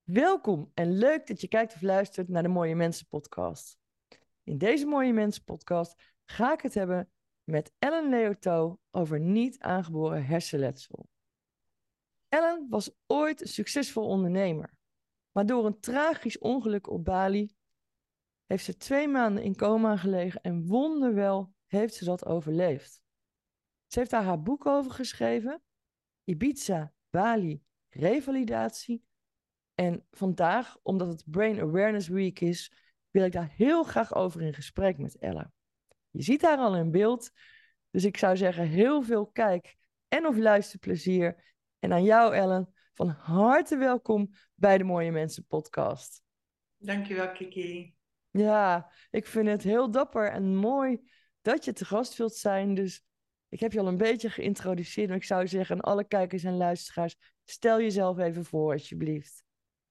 Welkom en leuk dat je kijkt of luistert naar de Mooie Mensen podcast. In deze Mooie Mensen podcast ga ik het hebben met Ellen Leoto over niet aangeboren hersenletsel. Ellen was ooit een succesvol ondernemer, maar door een tragisch ongeluk op Bali heeft ze 2 maanden in coma gelegen en wonderwel heeft ze dat overleefd. Ze heeft daar haar boek over geschreven, Ibiza, Bali, Revalidatie. En vandaag, omdat het Brain Awareness Week is, wil ik daar heel graag over in gesprek met Ella. Je ziet haar al in beeld, dus ik zou zeggen heel veel kijk- en of luisterplezier. En aan jou, Ellen, van harte welkom bij de Mooie Mensen podcast. Dankjewel, Kiki. Ja, ik vind het heel dapper en mooi dat je te gast wilt zijn. Dus ik heb je al een beetje geïntroduceerd, maar ik zou zeggen aan alle kijkers en luisteraars, stel jezelf even voor, alsjeblieft.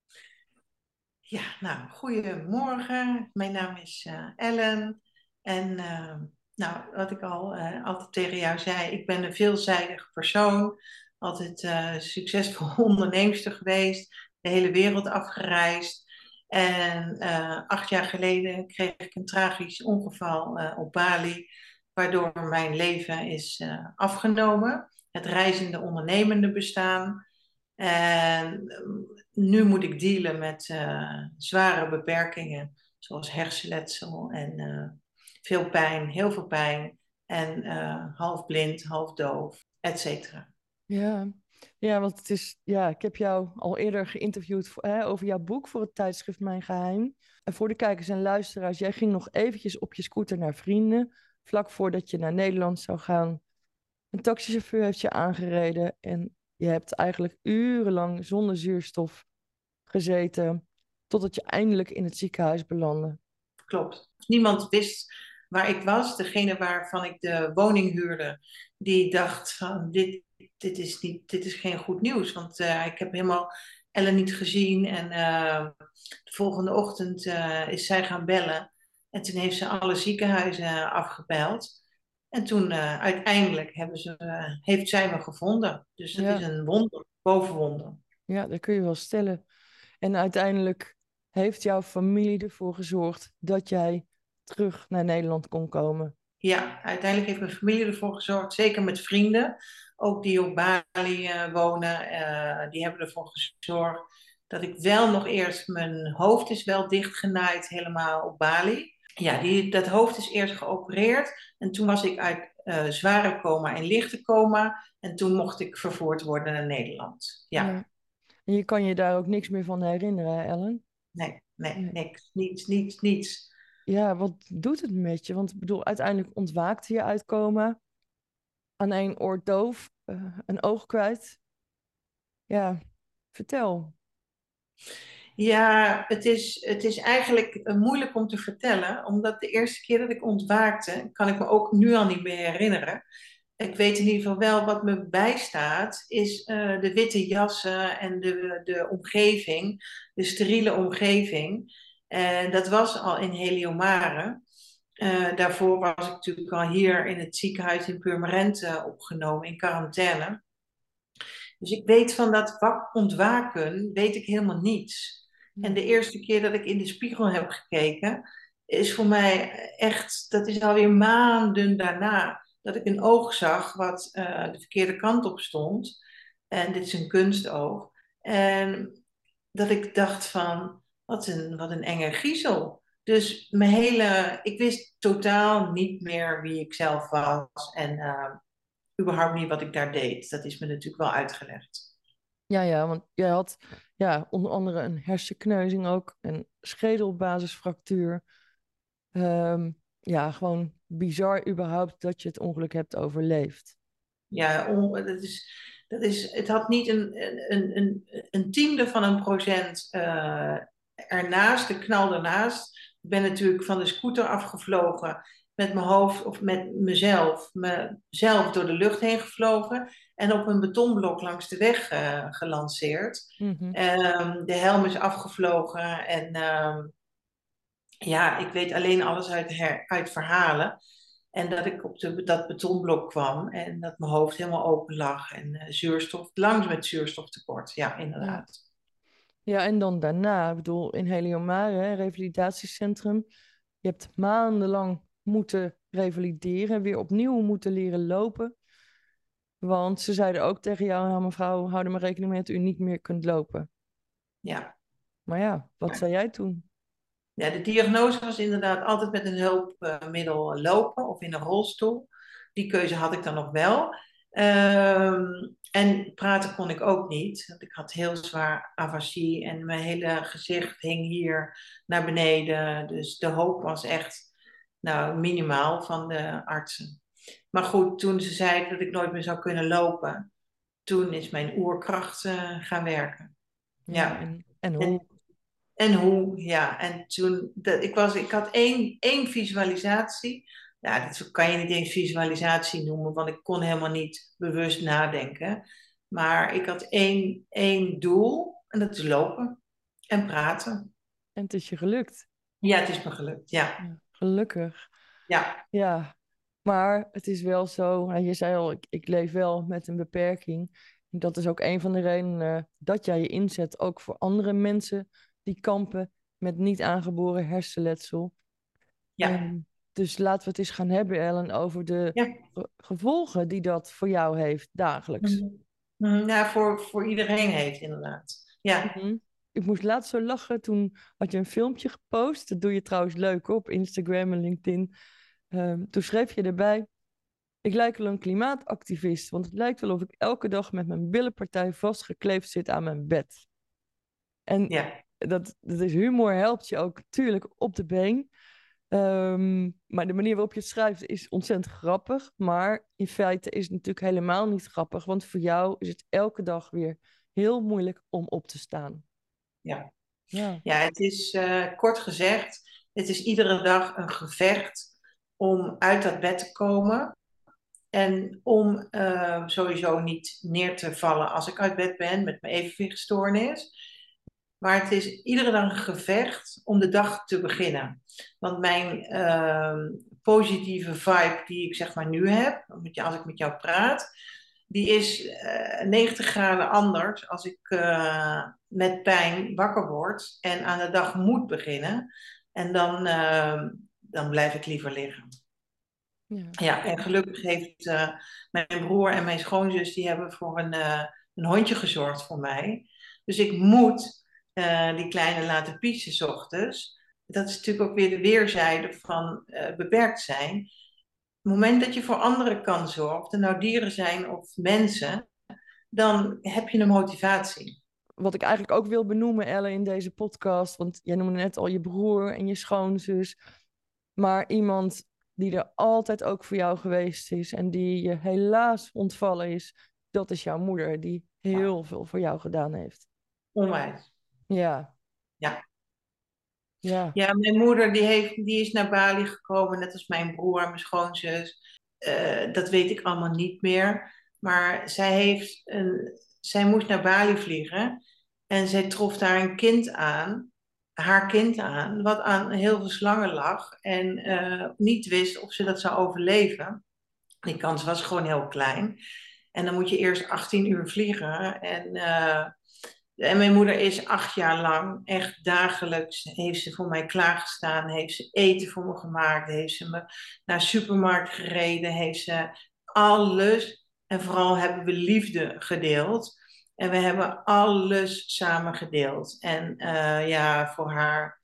Ja, nou, goedemorgen. Mijn naam is Ellen. En nou, wat ik al altijd tegen jou zei, ik ben een veelzijdig persoon. Altijd succesvol onderneemster geweest, de hele wereld afgereisd. En 8 jaar geleden kreeg ik een tragisch ongeval op Bali, waardoor mijn leven is afgenomen. Het reizende ondernemende bestaan. En nu moet ik dealen met zware beperkingen, zoals hersenletsel en veel pijn, heel veel pijn. En half blind, half doof, et cetera. Ja. Ja, want het is, ja, ik heb jou al eerder geïnterviewd over jouw boek voor het tijdschrift Mijn Geheim. En voor de kijkers en luisteraars, jij ging nog eventjes op je scooter naar vrienden, vlak voordat je naar Nederland zou gaan. Een taxichauffeur heeft je aangereden en je hebt eigenlijk urenlang zonder zuurstof gezeten, totdat je eindelijk in het ziekenhuis belandde. Klopt. Niemand wist waar ik was. Degene waarvan ik de woning huurde, die dacht van dit is geen goed nieuws. Want ik heb helemaal Ellen niet gezien. En de volgende ochtend is zij gaan bellen. En toen heeft ze alle ziekenhuizen afgebeld. En toen uiteindelijk heeft zij me gevonden. Dus dat is Ja, een wonder, bovenwonder. ja, dat kun je wel stellen. En uiteindelijk heeft jouw familie ervoor gezorgd dat jij terug naar Nederland kon komen. Ja, uiteindelijk heeft mijn familie ervoor gezorgd, zeker met vrienden, ook die op Bali wonen, die hebben ervoor gezorgd dat ik wel nog eerst, mijn hoofd is wel dichtgenaaid helemaal op Bali. Ja, dat hoofd is eerst geopereerd en toen was ik uit zware coma in lichte coma en toen mocht ik vervoerd worden naar Nederland. Ja, Ja. En je kan je daar ook niks meer van herinneren, hè, Ellen? nee, Nee. niks, niets. Ja, wat doet het met je? Want ik bedoel, uiteindelijk ontwaakte je uit coma, aan één oor doof, een oog kwijt. Ja, vertel. Ja, het is eigenlijk moeilijk om te vertellen, omdat de eerste keer dat ik ontwaakte, kan ik me ook nu al niet meer herinneren. Ik weet in ieder geval wel wat me bijstaat, is de witte jassen en de omgeving, de steriele omgeving. En dat was al in Heliomare. Daarvoor was ik natuurlijk al hier in het ziekenhuis in Purmerend opgenomen, in quarantaine. Dus ik weet van dat ontwaken, weet ik helemaal niets. En Ja. de eerste keer dat ik in de spiegel heb gekeken, is voor mij echt, dat is alweer maanden daarna, dat ik een oog zag wat de verkeerde kant op stond. En dit is een kunstoog. En dat ik dacht van, wat een enge griezel. Dus ik wist totaal niet meer wie ik zelf was en überhaupt niet wat ik daar deed. Dat is me natuurlijk wel uitgelegd. Ja, ja, want jij had ja, onder andere een hersenkneuzing ook, een schedelbasisfractuur. Ja, gewoon bizar überhaupt dat je het ongeluk hebt overleefd. Ja, het had niet een tiende van een procent ernaast, de knal ernaast. Ik ben natuurlijk van de scooter afgevlogen met mijn hoofd of met mezelf door de lucht heen gevlogen en op een betonblok langs de weg gelanceerd. Mhm. De helm is afgevlogen en ja, ik weet alleen alles uit verhalen. En dat ik op dat betonblok kwam en dat mijn hoofd helemaal open lag. En zuurstof, langs met zuurstoftekort. Ja, Ja. inderdaad. Ja, en dan daarna, ik bedoel, in Heliomare, hè, revalidatiecentrum, je hebt maandenlang moeten revalideren, weer opnieuw moeten leren lopen. Want ze zeiden ook tegen jou, nou, mevrouw, hou er maar rekening mee dat u niet meer kunt lopen. Ja. Maar ja, wat zei jij toen? Ja, de diagnose was inderdaad altijd met een hulpmiddel lopen of in een rolstoel. Die keuze had ik dan nog wel. Ehm, en praten kon ik ook niet, want ik had heel zwaar afasie en mijn hele gezicht hing hier naar beneden. Dus de hoop was echt nou, minimaal van de artsen. Maar goed, toen ze zeiden dat ik nooit meer zou kunnen lopen, toen is mijn oerkracht gaan werken. Ja, Ja. en hoe? En en hoe, ja. En toen, ik had één visualisatie. Ja, dat kan je niet eens visualisatie noemen, want ik kon helemaal niet bewust nadenken. Maar ik had één doel en dat is lopen en praten. En het is je gelukt. Ja, het is me gelukt. Ja, Ja, gelukkig. ja, Ja, maar het is wel zo, je zei al, ik leef wel met een beperking. En dat is ook een van de redenen dat jij je inzet, ook voor andere mensen die kampen met niet aangeboren hersenletsel. ja, Dus laten we het eens gaan hebben, Ellen, over de ja. gevolgen die dat voor jou heeft dagelijks. Mhm. Ja, voor iedereen heeft inderdaad. Ja, Mhm. Ik moest laatst zo lachen, toen had je een filmpje gepost. Dat doe je trouwens leuk op Instagram en LinkedIn. Toen schreef je erbij: ik lijk wel een klimaatactivist, want het lijkt wel of ik elke dag met mijn billenpartij vastgekleefd zit aan mijn bed. En ja, dat is humor, helpt je ook natuurlijk op de been. Maar de manier waarop je het schrijft is ontzettend grappig. Maar in feite is het natuurlijk helemaal niet grappig, want voor jou is het elke dag weer heel moeilijk om op te staan. ja. Ja, Ja, het is kort gezegd, het is iedere dag een gevecht om uit dat bed te komen. En om sowieso niet neer te vallen als ik uit bed ben met mijn evenwichtstoornis. Maar het is iedere dag een gevecht om de dag te beginnen. Want mijn positieve vibe die ik zeg maar nu heb, als ik met jou praat, die is 90 graden anders als ik met pijn wakker word en aan de dag moet beginnen. En dan blijf ik liever liggen. ja, Ja, en gelukkig heeft mijn broer en mijn schoonzus, die hebben voor een hondje gezorgd voor mij. Dus ik moet die kleine laten piezen 's ochtends. Dat is natuurlijk ook weer de weerzijde van beperkt zijn. Op het moment dat je voor anderen kan zorgen, of er nou dieren zijn of mensen, dan heb je een motivatie. wat ik eigenlijk ook wil benoemen, Ellen, in deze podcast, want jij noemde net al je broer en je schoonzus, maar iemand die er altijd ook voor jou geweest is en die je helaas ontvallen is, dat is jouw moeder, die Ja, heel veel voor jou gedaan heeft. onwijs. Ja, Ja. ja, Ja, mijn moeder die is naar Bali gekomen, net als mijn broer en mijn schoonzus. Dat weet ik allemaal niet meer. Maar zij moest naar Bali vliegen en zij trof daar een kind aan, haar kind aan, wat aan heel veel slangen lag en niet wist of ze dat zou overleven. Die kans was gewoon heel klein. En dan moet je eerst 18 uur vliegen. En mijn moeder is 8 jaar lang, echt dagelijks, heeft ze voor mij klaargestaan. Heeft ze eten voor me gemaakt. Heeft ze me naar de supermarkt gereden. Heeft ze alles. En vooral hebben we liefde gedeeld. En we hebben alles samen gedeeld. En ja, voor haar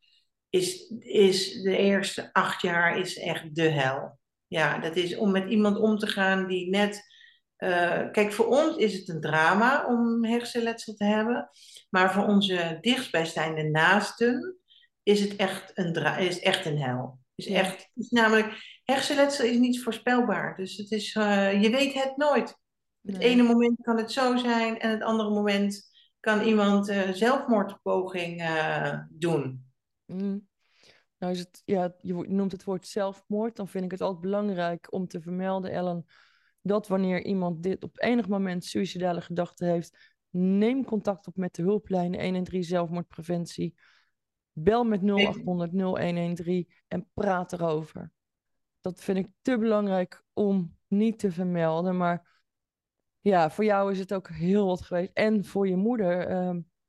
is de eerste 8 jaar is echt de hel. Ja, dat is om met iemand om te gaan die net. Kijk, voor ons is het een drama om hersenletsel te hebben. Maar voor onze dichtstbijzijnde naasten is het is echt een hel. ja, Is namelijk, hersenletsel is niet voorspelbaar. Dus het is, je weet het nooit. Het ene nee. moment kan het zo zijn en het andere moment kan iemand zelfmoordpoging doen. Mm. Nou is het, ja, je noemt het woord zelfmoord, dan vind ik het altijd belangrijk om te vermelden, Ellen, dat wanneer iemand dit op enig moment suïcidale gedachten heeft, neem contact op met de hulplijn 113 zelfmoordpreventie. Bel met 0800 0113 en praat erover. Dat vind ik te belangrijk om niet te vermelden. Maar ja, voor jou is het ook heel wat geweest. En voor je moeder.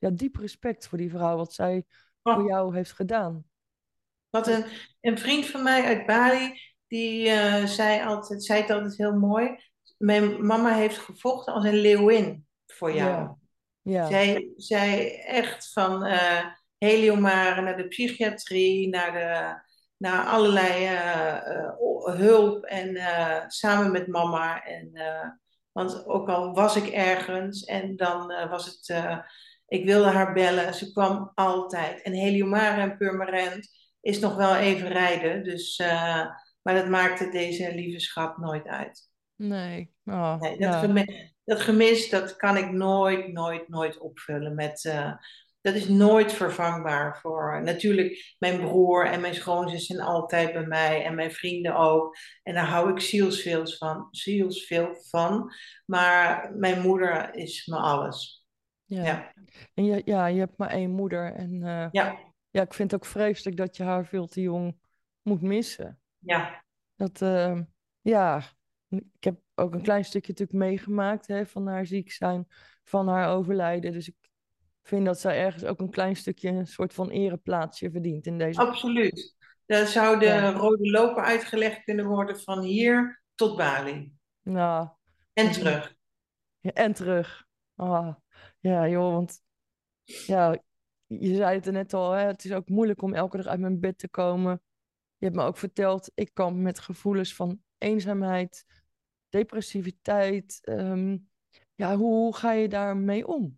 ja, diep respect voor die vrouw, wat zij voor Oh, jou heeft gedaan. wat een vriend van mij uit Bali, die zei het altijd heel mooi. Mijn mama heeft gevochten als een leeuwin voor Ja, jou. ja, Zij zei echt van Heliomare naar de psychiatrie, naar allerlei hulp en samen met mama. Want ook al was ik ergens en dan was het, ik wilde haar bellen, ze kwam altijd. En Heliomare en Purmerend is nog wel even rijden, dus, maar dat maakte deze lieve schat nooit uit. nee, oh, Nee, ja, dat gemis, dat kan ik nooit, nooit, nooit opvullen met... dat is nooit vervangbaar voor... Natuurlijk, mijn broer en mijn schoonzus zijn altijd bij mij en mijn vrienden ook. En daar hou ik zielsveel van. Maar mijn moeder is me alles. ja. Ja, En je hebt maar één moeder en ja, ja, ik vind het ook vreselijk dat je haar veel te jong moet missen. ja, Dat, ja, ik heb ook een klein stukje natuurlijk meegemaakt hè, van haar ziek zijn, van haar overlijden. Dus ik vind dat zij ergens ook een klein stukje een soort van ereplaatsje verdient in deze. absoluut. Daar zou Ja, de rode loper uitgelegd kunnen worden van hier tot Bali. nou, En dat is- terug. ja, en terug. Ah, ja, joh, want ja, je zei het er net al, hè, het is ook moeilijk om elke dag uit mijn bed te komen. Je hebt me ook verteld, ik kamp met gevoelens van eenzaamheid, depressiviteit. Ja, hoe ga je daarmee om?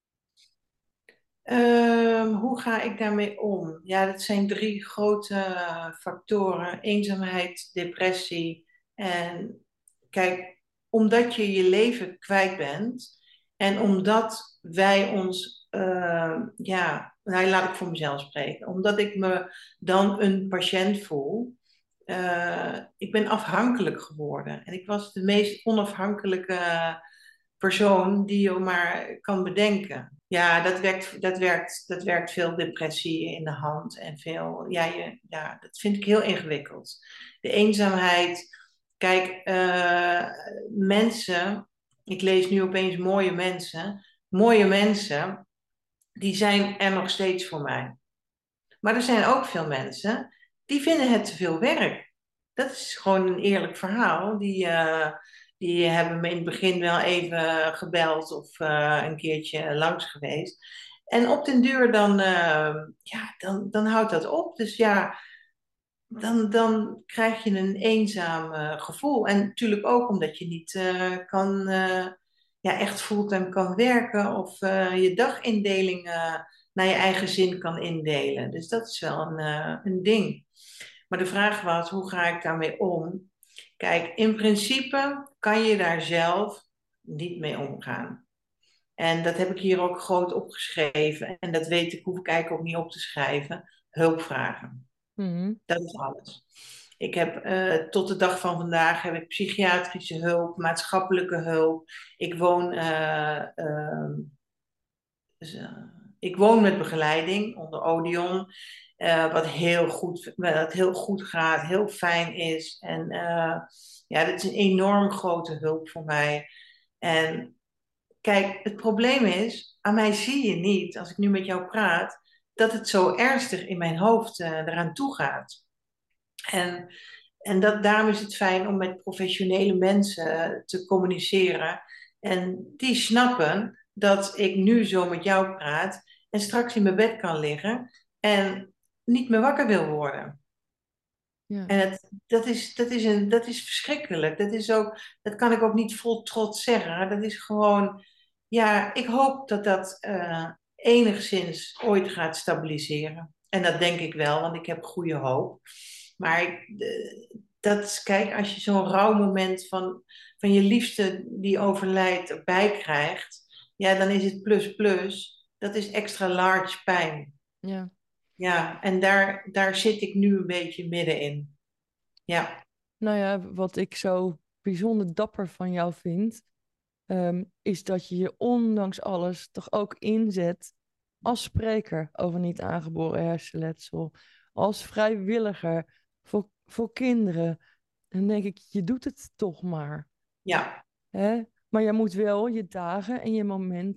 Hoe ga ik daarmee om? Ja, dat zijn drie grote factoren: eenzaamheid, depressie. En kijk, omdat je je leven kwijt bent en omdat wij ons, ja, nou, laat ik voor mezelf spreken, omdat ik me dan een patiënt voel. Ik ben afhankelijk geworden en ik was de meest onafhankelijke persoon die je maar kan bedenken. Ja, dat werkt veel depressie in de hand en veel, ja, dat vind ik heel ingewikkeld. De eenzaamheid, kijk, mensen, ik lees nu opeens mooie mensen, die zijn er nog steeds voor mij. Maar er zijn ook veel mensen die vinden het te veel werk. Dat is gewoon een eerlijk verhaal. Die hebben me in het begin wel even gebeld of een keertje langs geweest. En op den duur dan houdt dat op. Dus ja, dan krijg je een eenzaam gevoel. En natuurlijk ook omdat je niet kan, ja, echt fulltime kan werken of je dagindeling naar je eigen zin kan indelen. Dus dat is wel een ding. Maar de vraag was, hoe ga ik daarmee om? Kijk, in principe kan je daar zelf niet mee omgaan. En dat heb ik hier ook groot opgeschreven. En dat weet ik, hoef ik eigenlijk ook niet op te schrijven. Hulp vragen. Mhm. Dat is alles. Ik heb tot de dag van vandaag heb ik psychiatrische hulp, maatschappelijke hulp. Ik woon, dus, ik woon met begeleiding onder Odeon, wat heel goed gaat, heel fijn is. En ja, dat is een enorm grote hulp voor mij. En kijk, het probleem is, aan mij zie je niet, als ik nu met jou praat, dat het zo ernstig in mijn hoofd eraan toe gaat. En, daarom is het fijn om met professionele mensen te communiceren. En die snappen dat ik nu zo met jou praat en straks in mijn bed kan liggen en niet meer wakker wil worden. Ja. En dat is verschrikkelijk. Dat kan ik ook niet vol trots zeggen. Dat is gewoon, ja, ik hoop dat dat enigszins ooit gaat stabiliseren. En dat denk ik wel, want ik heb goede hoop. Maar kijk, als je zo'n rouwmoment van je liefste die overlijdt erbij krijgt, ja, dan is het plus plus. Dat is extra large pijn. Ja. Ja, en daar zit ik nu een beetje middenin. Ja, Nou ja, wat ik zo bijzonder dapper van jou vind, is dat je je ondanks alles toch ook inzet als spreker over niet aangeboren hersenletsel, als vrijwilliger voor kinderen. Dan denk ik, je doet het toch maar. ja, Hè? Maar je moet wel je dagen en je momenten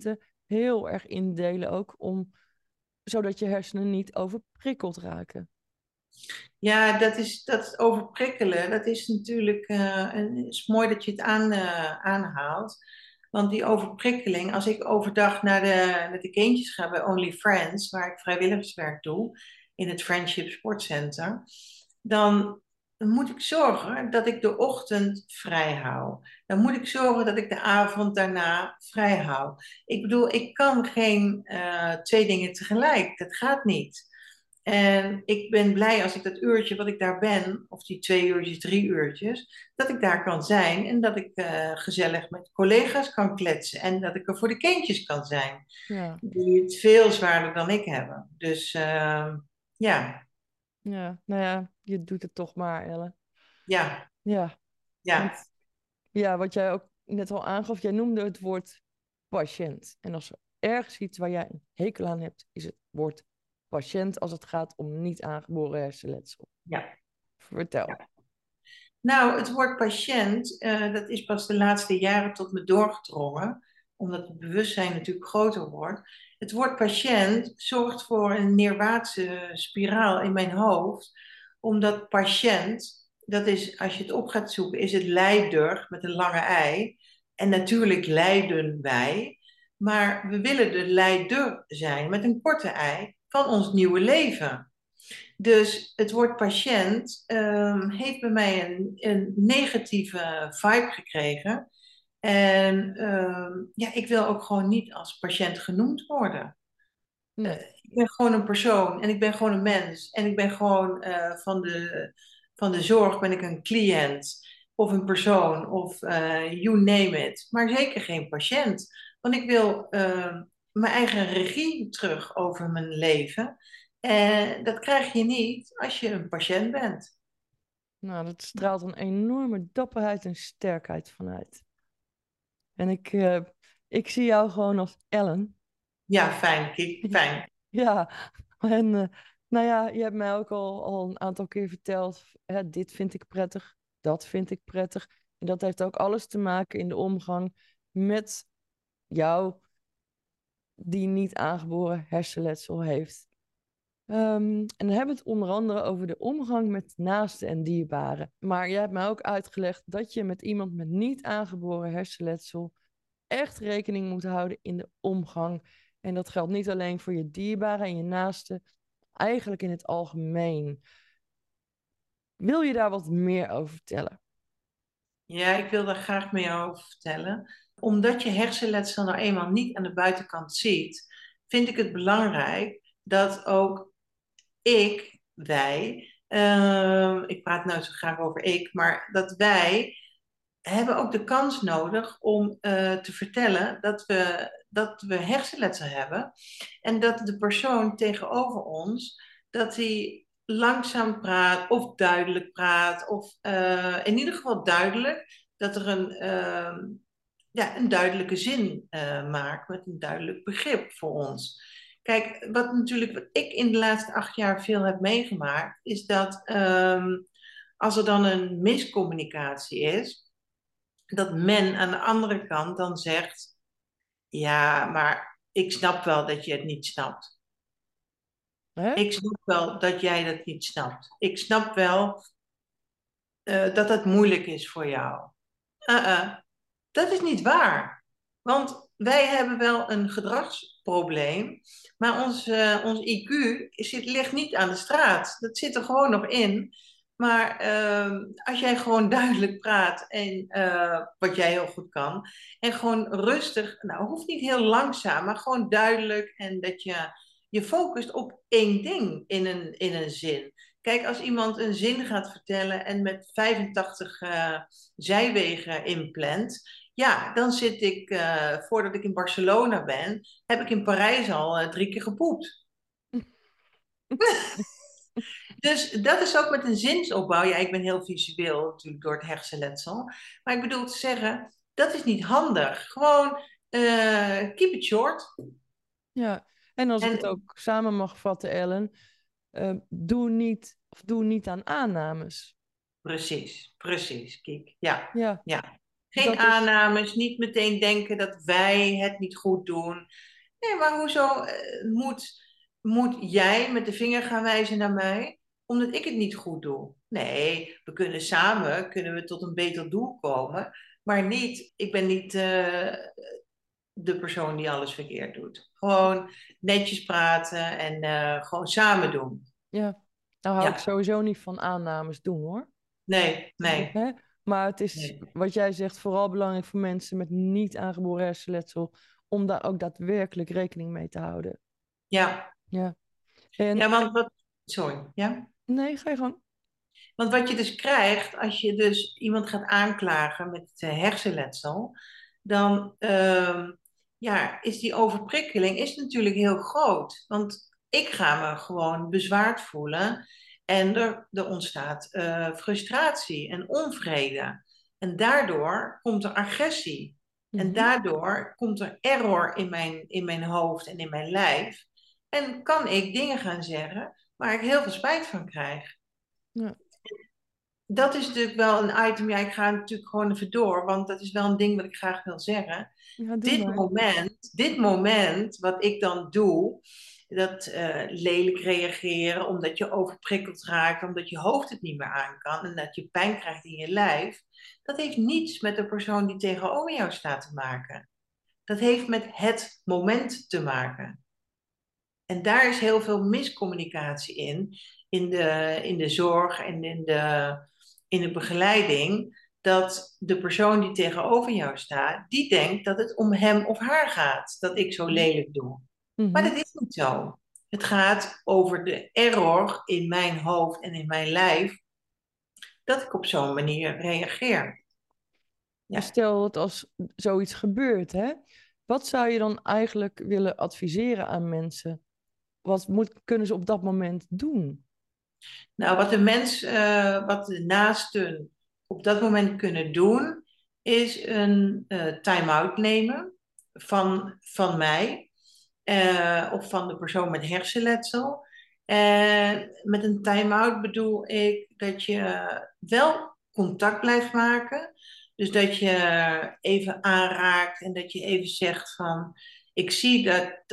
heel erg indelen ook zodat je hersenen niet overprikkeld raken. Ja, dat overprikkelen. Dat is natuurlijk, en het is mooi dat je het aanhaalt. Want die overprikkeling, als ik overdag met de kindjes ga bij Only Friends, waar ik vrijwilligerswerk doe, in het Friendship Sportcenter, dan moet ik zorgen dat ik de ochtend vrij hou. Dan moet ik zorgen dat ik de avond daarna vrij hou. Ik bedoel, ik kan geen twee dingen tegelijk. Dat gaat niet. En ik ben blij als ik dat uurtje wat ik daar ben, of die 2 uurtjes, 3 uurtjes, dat ik daar kan zijn en dat ik gezellig met collega's kan kletsen en dat ik er voor de kindjes kan zijn, Ja, die het veel zwaarder dan ik hebben. Dus ja, ja, nou ja, je doet het toch maar, Ellen. ja, Ja, ja, want ja, wat jij ook net al aangaf, jij noemde het woord patiënt. En als er ergens iets waar jij een hekel aan hebt, is het woord patiënt als het gaat om niet aangeboren hersenletsel. ja. Vertel. Ja. Nou, het woord patiënt, dat is pas de laatste jaren tot me doorgedrongen, omdat het bewustzijn natuurlijk groter wordt. Het woord patiënt zorgt voor een neerwaartse spiraal in mijn hoofd, omdat patiënt, dat is, als je het op gaat zoeken, is het lijder met een lange ei. En natuurlijk lijden wij, maar we willen de leider zijn met een korte ei van ons nieuwe leven. Dus het woord patiënt heeft bij mij een negatieve vibe gekregen. En ja, ik wil ook gewoon niet als patiënt genoemd worden. Nee. Ik ben gewoon een persoon en ik ben gewoon een mens. En ik ben gewoon van de zorg ben ik een cliënt of een persoon of you name it. Maar zeker geen patiënt. Want ik wil mijn eigen regie terug over mijn leven. En dat krijg je niet als je een patiënt bent. Nou, dat straalt een enorme dapperheid en sterkheid vanuit. En ik zie jou gewoon als Ellen. Ja, fijn, Kiek, fijn. Ja, en nou ja, je hebt mij ook al een aantal keer verteld, hè, dit vind ik prettig, dat vind ik prettig. En dat heeft ook alles te maken in de omgang met jou die niet aangeboren hersenletsel heeft. En dan hebben we het onder andere over de omgang met naasten en dierbaren. Maar jij hebt mij ook uitgelegd dat je met iemand met niet aangeboren hersenletsel echt rekening moet houden in de omgang. En dat geldt niet alleen voor je dierbaren en je naasten, eigenlijk in het algemeen. Wil je daar wat meer over vertellen? Ja, ik wil daar graag meer over vertellen. Omdat je hersenletsel nou eenmaal niet aan de buitenkant ziet, vind ik het belangrijk dat ook wij, ik praat nou zo graag over ik, maar dat wij hebben ook de kans nodig om te vertellen dat we hersenletsel hebben en dat de persoon tegenover ons, dat hij langzaam praat of duidelijk praat of in ieder geval duidelijk, dat er ja, een duidelijke zin maakt met een duidelijk begrip voor ons. Kijk, wat ik in de laatste 8 jaar veel heb meegemaakt, is dat als er dan een miscommunicatie is, dat men aan de andere kant dan zegt, ja, maar ik snap wel dat je het niet snapt. Hè? Ik snap wel dat jij dat niet snapt. Ik snap wel dat het moeilijk is voor jou. Uh-uh. Dat is niet waar. Want wij hebben wel een gedragsprobleem, maar ons IQ ligt niet aan de straat. Dat zit er gewoon nog in. Maar als jij gewoon duidelijk praat en wat jij heel goed kan, en gewoon rustig, nou hoeft niet heel langzaam, maar gewoon duidelijk en dat je focust op één ding in een zin. Kijk, als iemand een zin gaat vertellen en met 85 zijwegen inplant, ja, dan zit ik, voordat ik in Barcelona ben, heb ik in Parijs al 3 keer gepoept. Dus dat is ook met een zinsopbouw. Ja, ik ben heel visueel natuurlijk door het hersenletsel. Maar ik bedoel te zeggen, dat is niet handig. Gewoon keep it short. Ja, en als ik het En ook samen mag vatten, Ellen, doe niet aan aannames. precies, precies, Kiek. Ja, Ja, ja. Geen dat is, aannames, niet meteen denken dat wij het niet goed doen. Nee, maar hoezo moet jij met de vinger gaan wijzen naar mij, omdat ik het niet goed doe? Nee, we kunnen samen kunnen we tot een beter doel komen, maar niet, ik ben niet de persoon die alles verkeerd doet. Gewoon netjes praten en gewoon samen doen. Ja, nou hou ik Ja, sowieso niet van aannames doen hoor. nee, nee, Hè? Maar het is, nee. wat jij zegt, vooral belangrijk voor mensen met niet aangeboren hersenletsel, om daar ook daadwerkelijk rekening mee te houden. Ja, Ja. En ja, want wat, sorry, ja? nee, ga je gang. Want wat je dus krijgt als je dus iemand gaat aanklagen met hersenletsel, dan ja, is die overprikkeling is natuurlijk heel groot. Want ik ga me gewoon bezwaard voelen en er ontstaat frustratie en onvrede. En daardoor komt er agressie. En Mhm. daardoor komt er error in mijn hoofd en in mijn lijf. En kan ik dingen gaan zeggen waar ik heel veel spijt van krijg. Ja. Dat is natuurlijk wel een item. Ja, ik ga natuurlijk gewoon even door, want dat is wel een ding wat ik graag wil zeggen. Ja, doe maar. Dit moment wat ik dan doe, dat lelijk reageren omdat je overprikkeld raakt, omdat je hoofd het niet meer aan kan en dat je pijn krijgt in je lijf, dat heeft niets met de persoon die tegenover jou staat te maken. Dat heeft met het moment te maken. En daar is heel veel miscommunicatie in de zorg en in de begeleiding, dat de persoon die tegenover jou staat, die denkt dat het om hem of haar gaat, dat ik zo lelijk doe. Maar Mhm. dat is niet zo. Het gaat over de error in mijn hoofd en in mijn lijf, dat ik op zo'n manier reageer. En Ja. stel dat als zoiets gebeurt, hè, wat zou je dan eigenlijk willen adviseren aan mensen? Kunnen ze op dat moment doen? Nou, wat de naasten op dat moment kunnen doen, is een time-out nemen van mij of van de persoon met hersenletsel. En met een time-out bedoel ik dat je wel contact blijft maken. Dus dat je even aanraakt en dat je even zegt van, ik zie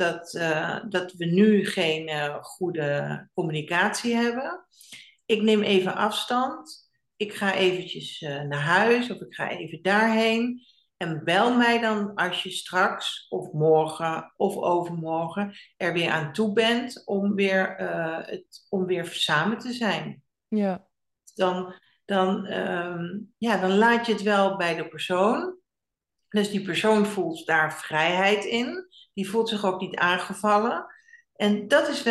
dat we nu geen goede communicatie hebben. Ik neem even afstand. Ik ga eventjes naar huis of ik ga even daarheen. En bel mij dan als je straks of morgen of overmorgen er weer aan toe bent om weer samen te zijn. Ja. Dan, ja, dan laat je het wel bij de persoon. Dus die persoon voelt daar vrijheid in. Die voelt zich ook niet aangevallen. En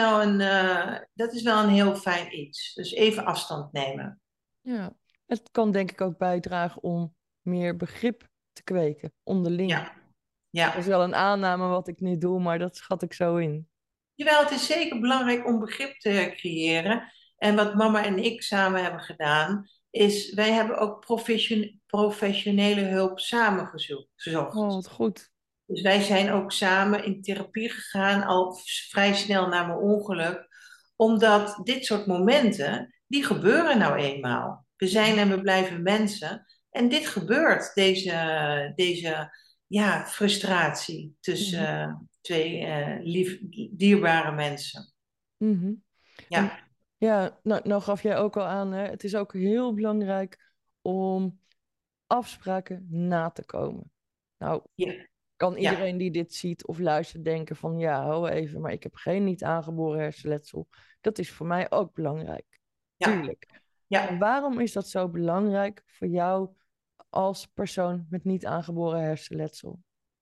dat is wel een heel fijn iets. Dus even afstand nemen. Ja, het kan denk ik ook bijdragen om meer begrip te kweken onderling. Ja, Dat is ja. wel een aanname wat ik nu doe, maar dat schat ik zo in. Jawel, het is zeker belangrijk om begrip te creëren. En wat mama en ik samen hebben gedaan, is wij hebben ook professionele hulp samen Oh, gezocht. wat goed. Dus wij zijn ook samen in therapie gegaan, al vrij snel na mijn ongeluk, omdat dit soort momenten, die gebeuren nou eenmaal. We zijn en we blijven mensen. En dit gebeurt, deze ja, frustratie tussen Mhm. twee dierbare mensen. Mhm. En Ja, ja, nou gaf jij ook al aan, hè, het is ook heel belangrijk om afspraken na te komen. Nou, ja, kan ja, iedereen die dit ziet of luistert denken van ja, ho even, maar ik heb geen niet aangeboren hersenletsel. Dat is voor mij ook belangrijk. ja, Tuurlijk. Maar ja. waarom is dat zo belangrijk voor jou als persoon met niet aangeboren hersenletsel?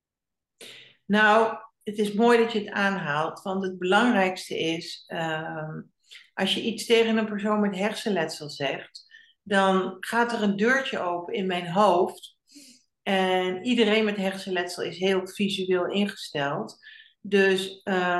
Nou, het is mooi dat je het aanhaalt, want het belangrijkste is, als je iets tegen een persoon met hersenletsel zegt, dan gaat er een deurtje open in mijn hoofd. En iedereen met hersenletsel is heel visueel ingesteld. Dus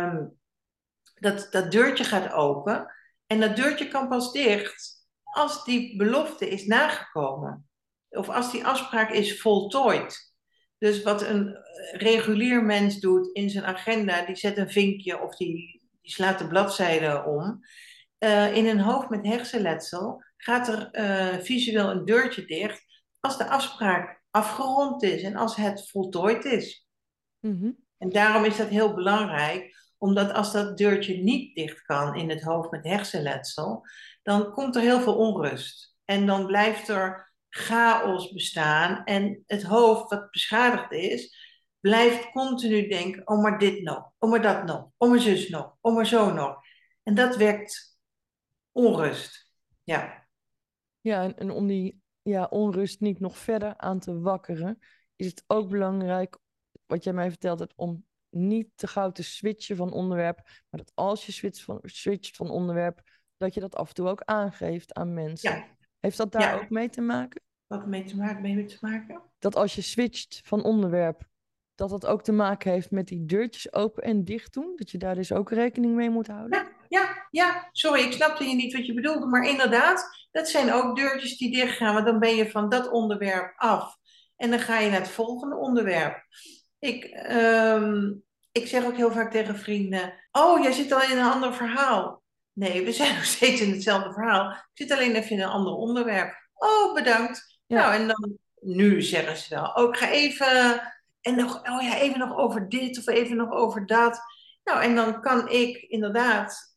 dat deurtje gaat open. En dat deurtje kan pas dicht als die belofte is nagekomen. Of als die afspraak is voltooid. Dus wat een regulier mens doet in zijn agenda, die zet een vinkje of die slaat de bladzijde om. In een hoofd met hersenletsel gaat er visueel een deurtje dicht als de afspraak afgerond is en als het voltooid is. Mhm. En daarom is dat heel belangrijk, omdat als dat deurtje niet dicht kan in het hoofd met hersenletsel, dan komt er heel veel onrust. En dan blijft er chaos bestaan en het hoofd, wat beschadigd is, blijft continu denken, oh maar dit nog, oh maar dat nog, oh maar zus nog, oh maar zo nog. En dat wekt onrust. Ja, Ja, en om die onrust niet nog verder aan te wakkeren, is het ook belangrijk, wat jij mij verteld hebt, om niet te gauw te switchen van onderwerp, maar dat als je switcht van onderwerp, dat je dat af en toe ook aangeeft aan mensen. ja, Heeft dat daar ja. ook mee te maken? Wat mee te maken? Dat als je switcht van onderwerp, dat dat ook te maken heeft met die deurtjes open en dicht doen? Dat je daar dus ook rekening mee moet houden? Ja, ja, ja. Sorry, ik snapte je niet wat je bedoelde, maar inderdaad, dat zijn ook deurtjes die dichtgaan, want dan ben je van dat onderwerp af. En dan ga je naar het volgende onderwerp. Ik, ehm, ik zeg ook heel vaak tegen vrienden, oh, jij zit al in een ander verhaal. Nee, we zijn nog steeds in hetzelfde verhaal. Ik zit alleen even in een ander onderwerp. Oh, bedankt. Ja, Nou, en dan, nu zeggen ze wel, oh, ik ga even, en nog, oh ja, even nog over dit of even nog over dat. Nou, en dan kan ik inderdaad,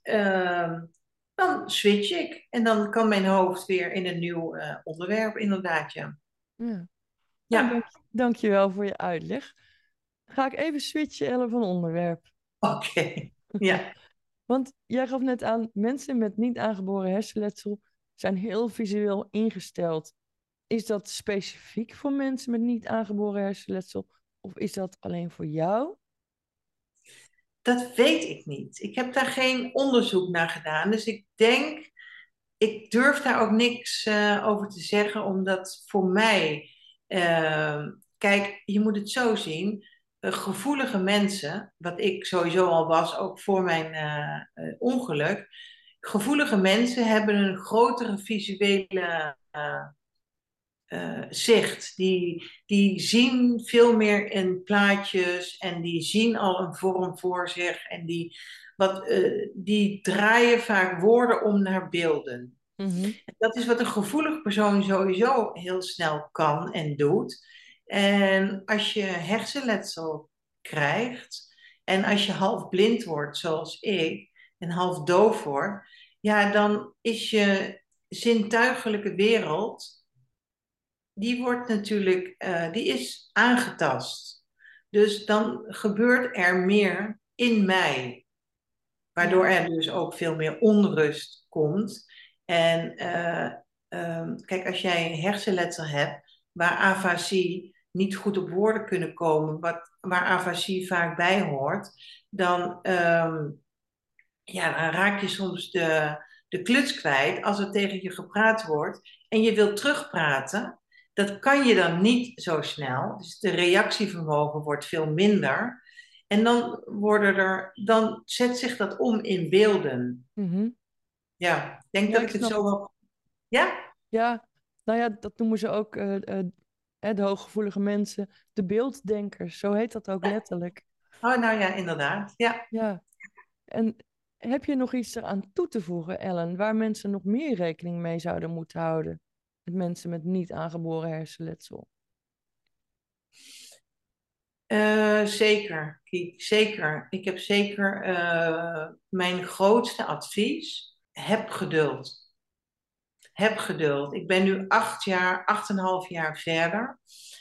dan switch ik. En dan kan mijn hoofd weer in een nieuw onderwerp, inderdaad, ja. ja. Nou, Ja, dank je wel voor je uitleg. Ga ik even switchen, Ellen, van onderwerp. oké. Ja. Want jij gaf net aan, mensen met niet aangeboren hersenletsel zijn heel visueel ingesteld. Is dat specifiek voor mensen met niet aangeboren hersenletsel? Of is dat alleen voor jou? Dat weet ik niet. Ik heb daar geen onderzoek naar gedaan. Dus ik denk, ik durf daar ook niks over te zeggen, omdat voor mij, kijk, je moet het zo zien. Gevoelige mensen, wat ik sowieso al was, ook voor mijn ongeluk. Gevoelige mensen hebben een grotere visuele zicht. Die zien veel meer in plaatjes en die zien al een vorm voor zich en die draaien vaak woorden om naar beelden. Mhm. Dat is wat een gevoelig persoon sowieso heel snel kan en doet. En als je hersenletsel krijgt en als je half blind wordt, zoals ik, en half doof wordt, ja, dan is je zintuigelijke wereld die wordt natuurlijk, die is aangetast. Dus dan gebeurt er meer in mij, Ja. waardoor er dus ook veel meer onrust komt. En kijk, als jij een hersenletsel hebt, waar afasie niet goed op woorden kunnen komen, waar afasie vaak bij hoort, dan, dan raak je soms de kluts kwijt als er tegen je gepraat wordt en je wilt terugpraten. Dat kan je dan niet zo snel. Dus de reactievermogen wordt veel minder. En dan zet zich dat om in beelden. Mhm. Ja, ik denk Ja, dat ik ik het snap zo het. wel. Ja? Ja, nou ja, dat noemen ze ook de hooggevoelige mensen, de beelddenkers. Zo heet dat ook letterlijk. Oh, nou ja, inderdaad. Ja. Ja, en heb je nog iets eraan toe te voegen, Ellen, waar mensen nog meer rekening mee zouden moeten houden? Met mensen met niet aangeboren hersenletsel. Zeker, Kiek, zeker. Ik heb zeker mijn grootste advies. Heb geduld. Heb geduld. Ik ben nu 8 jaar, 8,5 jaar verder.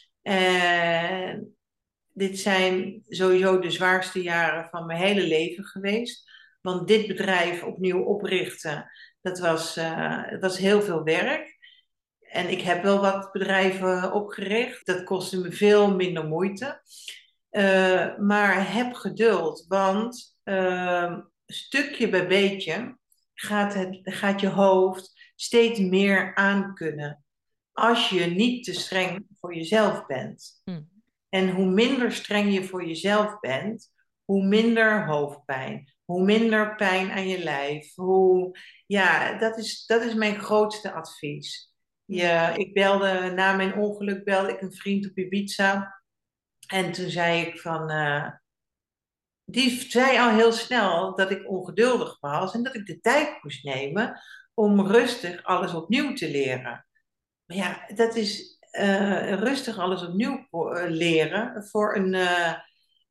En dit zijn sowieso de zwaarste jaren van mijn hele leven geweest. Want dit bedrijf opnieuw oprichten, het was heel veel werk. En ik heb wel wat bedrijven opgericht. Dat kostte me veel minder moeite. Maar heb geduld, want stukje bij beetje gaat je hoofd steeds meer aankunnen. Als je niet te streng voor jezelf bent. Hm. En hoe minder streng je voor jezelf bent, hoe minder hoofdpijn, hoe minder pijn aan je lijf. Ja, dat is mijn grootste advies. Ja. Na mijn ongeluk belde ik een vriend op Ibiza. En toen zei ik van, die zei al heel snel dat ik ongeduldig was en dat ik de tijd moest nemen om rustig alles opnieuw te leren. Maar ja, dat is rustig alles opnieuw leren voor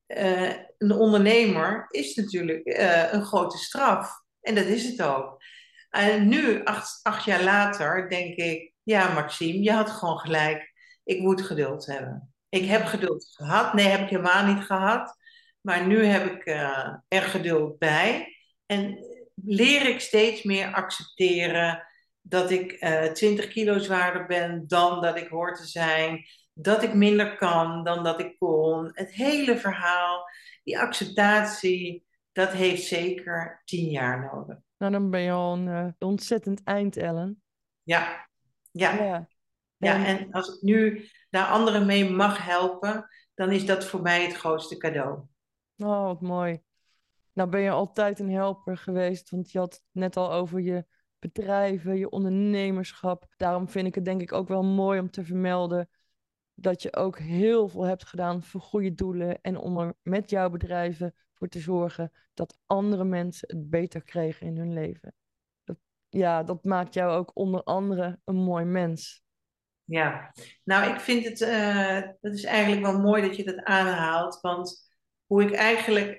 een ondernemer is natuurlijk een grote straf. En dat is het ook. En nu, 8 jaar later, denk ik, ja, Maxime, je had gewoon gelijk. Ik moet geduld hebben. Ik heb Ja. geduld gehad. Nee, heb ik helemaal niet gehad. Maar nu heb ik er geduld bij. En leer ik steeds meer accepteren dat ik 20 kilo zwaarder ben dan dat ik hoor te zijn. Dat ik minder kan dan dat ik kon. Het hele verhaal, die acceptatie, dat heeft zeker 10 jaar nodig. Nou, dan ben je al een ontzettend eind, Ellen. Ja, ja, Ja. ja. En En als ik nu daar anderen mee mag helpen, dan is dat voor mij het grootste cadeau. oh, wat mooi. Nou ben je altijd een helper geweest, want je had het net al over je bedrijven, je ondernemerschap. Daarom vind ik het denk ik ook wel mooi om te vermelden dat je ook heel veel hebt gedaan voor goede doelen en om er met jouw bedrijven voor te zorgen dat andere mensen het beter kregen in hun leven. Dat, ja, dat maakt jou ook onder andere een mooi mens. Ja, nou, ik vind het, dat is eigenlijk wel mooi dat je dat aanhaalt, want hoe ik eigenlijk,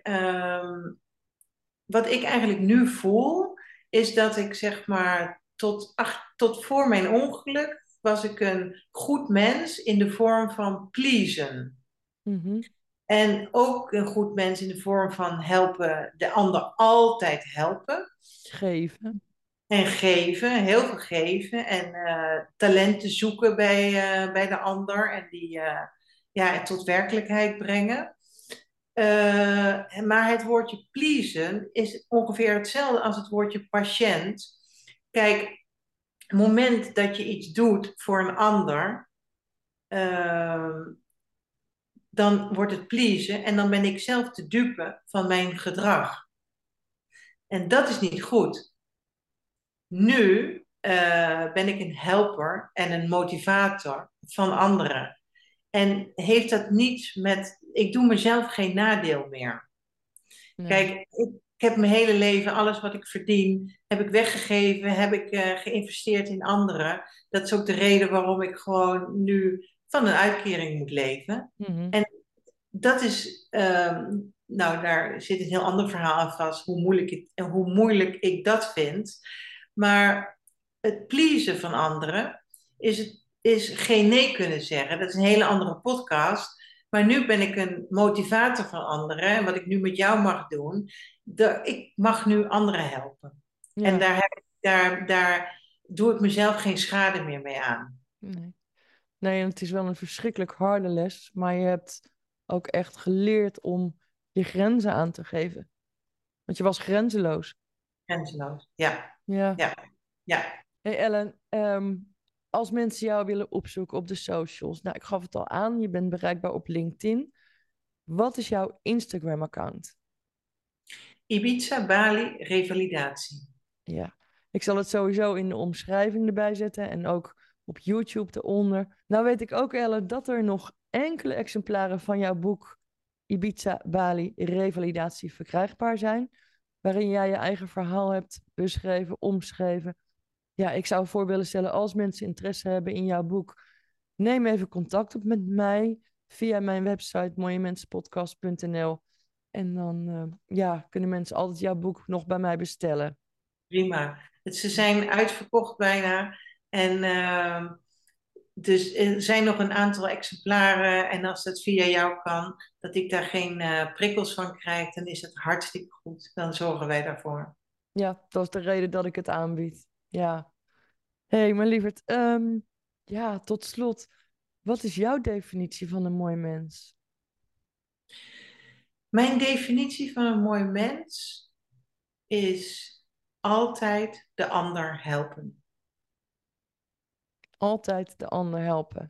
wat ik eigenlijk nu voel, is dat ik zeg maar tot voor mijn ongeluk was ik een goed mens in de vorm van pleasen. Mhm. En ook een goed mens in de vorm van helpen, de ander altijd helpen. Geven. En geven, heel veel geven. En talenten zoeken bij de ander en die ja, tot werkelijkheid brengen. Maar het woordje pleasen is ongeveer hetzelfde als het woordje patiënt. Kijk, het moment dat je iets doet voor een ander, uh, dan wordt het pleasen en dan ben ik zelf de dupe van mijn gedrag. En dat is niet goed. Nu ben ik een helper en een motivator van anderen. En heeft dat niets met, ik doe mezelf geen nadeel meer. Nee. Kijk, ik heb mijn hele leven, alles wat ik verdien, heb ik weggegeven, heb ik geïnvesteerd in anderen. Dat is ook de reden waarom ik gewoon nu van een uitkering moet leven. Mhm. En dat is, nou, daar zit een heel ander verhaal aan vast, hoe moeilijk ik dat vind. Maar het pleasen van anderen is geen nee kunnen zeggen. Dat is een hele andere podcast. Maar nu ben ik een motivator van anderen. En wat ik nu met jou mag doen, ik mag nu anderen helpen. En Ja. daar doe ik mezelf geen schade meer mee aan. Nee. Nee, en het is wel een verschrikkelijk harde les, maar je hebt ook echt geleerd om je grenzen aan te geven. Want je was grenzeloos. Grenzeloos. Ja, Ja. ja, ja. Hey Ellen, als mensen jou willen opzoeken op de socials, nou, ik gaf het al aan, je bent bereikbaar op LinkedIn. Wat is jouw Instagram-account? Ibiza, Bali, revalidatie. Ja, ik zal het sowieso in de omschrijving erbij zetten en ook op YouTube eronder. Nou weet ik ook, Ellen, dat er nog enkele exemplaren van jouw boek Ibiza, Bali, Revalidatie verkrijgbaar zijn, waarin jij je eigen verhaal hebt beschreven, omschreven. Ja, ik zou voor willen stellen, als mensen interesse hebben in jouw boek, neem even contact op met mij via mijn website mooiemensenpodcast.nl. En dan ja, kunnen mensen altijd jouw boek nog bij mij bestellen. Prima. Ze zijn uitverkocht bijna. En dus er zijn nog een aantal exemplaren. En als dat via jou kan, dat ik daar geen prikkels van krijg, dan is het hartstikke goed. Dan zorgen wij daarvoor. Ja, dat is de reden dat ik het aanbied. Ja. Hé, hey, maar lieverd, ja, tot slot. Wat is jouw definitie van een mooi mens? Mijn definitie van een mooi mens is altijd de ander helpen. Altijd de ander helpen.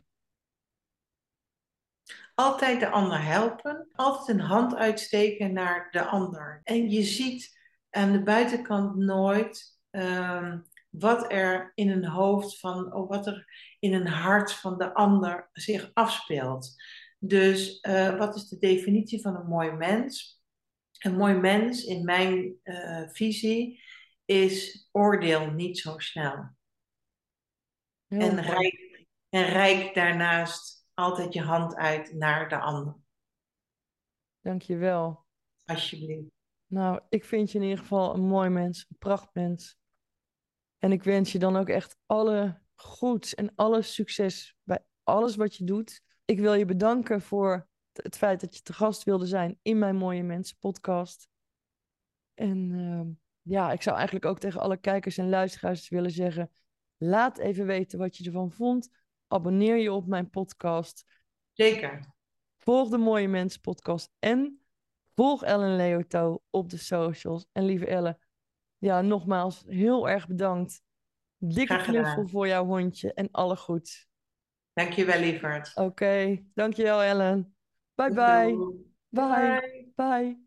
Altijd de ander helpen, altijd een hand uitsteken naar de ander. En je ziet aan de buitenkant nooit wat er in een hoofd van, of wat er in een hart van de ander zich afspeelt. Dus wat is de definitie van een mooi mens? Een mooi mens, in mijn visie, is oordeel niet zo snel. Heel En mooi. reik daarnaast altijd je hand uit naar de ander. Dankjewel. Alsjeblieft. Nou, ik vind je in ieder geval een mooi mens, een prachtmens. En ik wens je dan ook echt alle goeds en alle succes bij alles wat je doet. Ik wil je bedanken voor het feit dat je te gast wilde zijn in mijn Mooie Mensen podcast. En ja, ik zou eigenlijk ook tegen alle kijkers en luisteraars willen zeggen: laat even weten wat je ervan vond. Abonneer je op mijn podcast. Zeker. Volg de Mooie Mensen podcast en volg Ellen Leoto op de socials. En lieve Ellen, ja, nogmaals heel erg bedankt. Dikke Graag knuffel gedaan. voor jouw hondje en alle goeds. Dankjewel, lieverd. Oké, dankjewel Ellen. Bye bye. Doei. Bye. Bye. Bye.